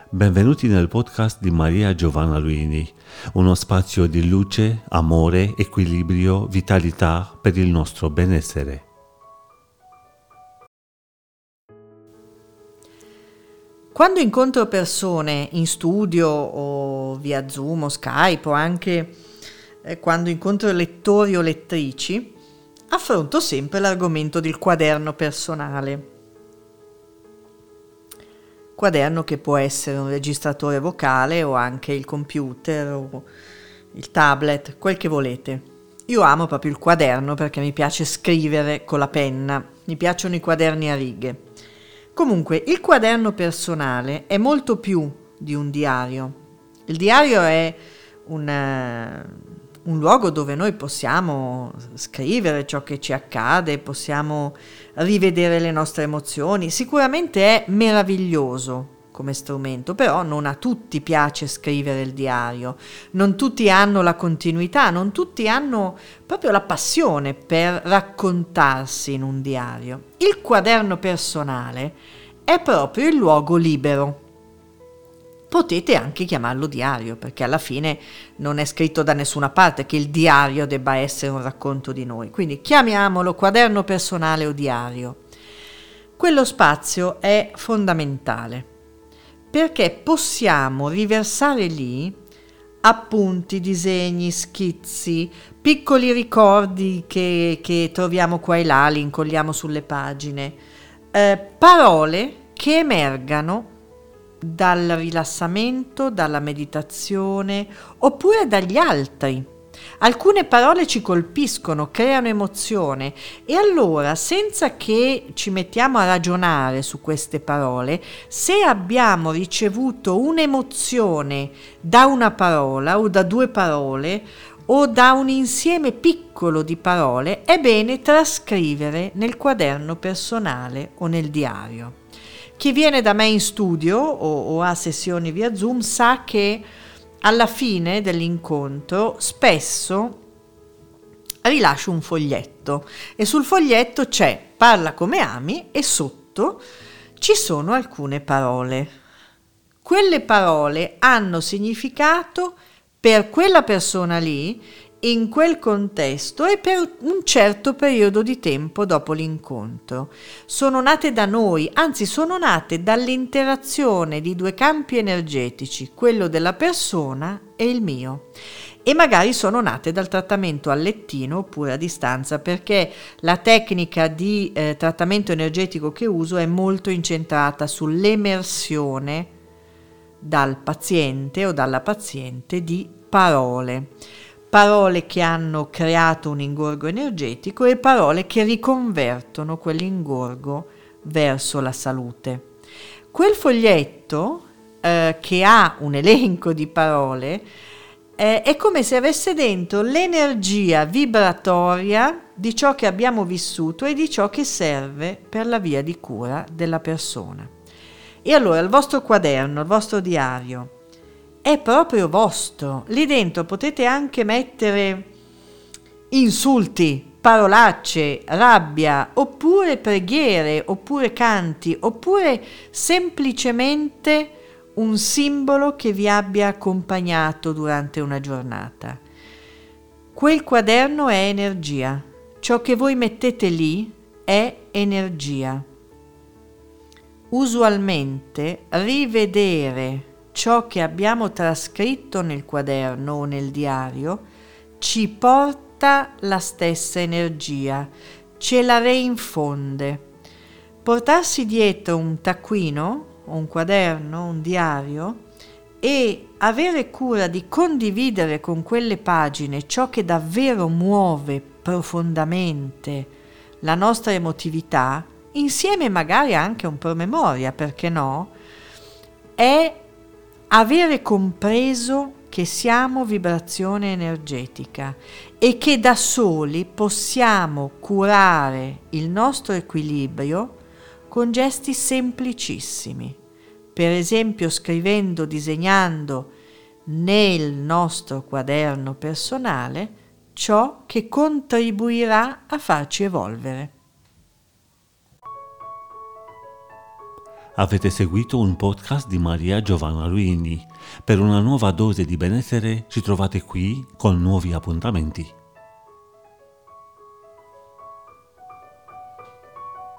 Benvenuti nel podcast di Maria Giovanna Luini, uno spazio di luce, amore, equilibrio, vitalità per il nostro benessere. Quando incontro persone in studio o via Zoom o Skype o anche quando incontro lettori o lettrici, affronto sempre l'argomento del quaderno personale. Quaderno che può essere un registratore vocale o anche il computer o il tablet, quel che volete. Io amo proprio il quaderno perché mi piace scrivere con la penna, mi piacciono i quaderni a righe. Comunque, il quaderno personale è molto più di un diario. Il diario è un luogo dove noi possiamo scrivere ciò che ci accade, possiamo rivedere le nostre emozioni. Sicuramente è meraviglioso come strumento, però non a tutti piace scrivere il diario, non tutti hanno la continuità, non tutti hanno proprio la passione per raccontarsi in un diario. Il quaderno personale è proprio il luogo libero. Potete anche chiamarlo diario, perché alla fine non è scritto da nessuna parte che il diario debba essere un racconto di noi. Quindi chiamiamolo quaderno personale o diario. Quello spazio è fondamentale, perché possiamo riversare lì appunti, disegni, schizzi, piccoli ricordi che troviamo qua e là, li incolliamo sulle pagine, parole che emergano dal rilassamento, dalla meditazione oppure dagli altri. Alcune parole ci colpiscono, creano emozione e allora, senza che ci mettiamo a ragionare su queste parole, se abbiamo ricevuto un'emozione da una parola o da due parole o da un insieme piccolo di parole, è bene trascrivere nel quaderno personale o nel diario. Chi viene da me in studio o ha sessioni via Zoom sa che alla fine dell'incontro spesso rilascio un foglietto e sul foglietto c'è "Parla come ami" e sotto ci sono alcune parole. Quelle parole hanno significato per quella persona lì, in quel contesto e per un certo periodo di tempo dopo l'incontro. Sono nate da noi, anzi sono nate dall'interazione di due campi energetici, quello della persona e il mio. E magari sono nate dal trattamento al lettino oppure a distanza, perché la tecnica di trattamento energetico che uso è molto incentrata sull'emersione dal paziente o dalla paziente di parole che hanno creato un ingorgo energetico e parole che riconvertono quell'ingorgo verso la salute. Quel foglietto che ha un elenco di parole è come se avesse dentro l'energia vibratoria di ciò che abbiamo vissuto e di ciò che serve per la via di cura della persona. E allora il vostro quaderno, il vostro diario è proprio vostro. Lì dentro potete anche mettere insulti, parolacce, rabbia, oppure preghiere, oppure canti, oppure semplicemente un simbolo che vi abbia accompagnato durante una giornata. Quel quaderno è energia. Ciò che voi mettete lì è energia. Usualmente rivedere ciò che abbiamo trascritto nel quaderno o nel diario ci porta la stessa energia, ce la reinfonde. Portarsi dietro un taccuino, un quaderno, un diario e avere cura di condividere con quelle pagine ciò che davvero muove profondamente la nostra emotività, insieme magari anche a un promemoria, perché no, è avere compreso che siamo vibrazione energetica e che da soli possiamo curare il nostro equilibrio con gesti semplicissimi, per esempio scrivendo, disegnando nel nostro quaderno personale ciò che contribuirà a farci evolvere. Avete seguito un podcast di Maria Giovanna Luini. Per una nuova dose di benessere ci trovate qui con nuovi appuntamenti.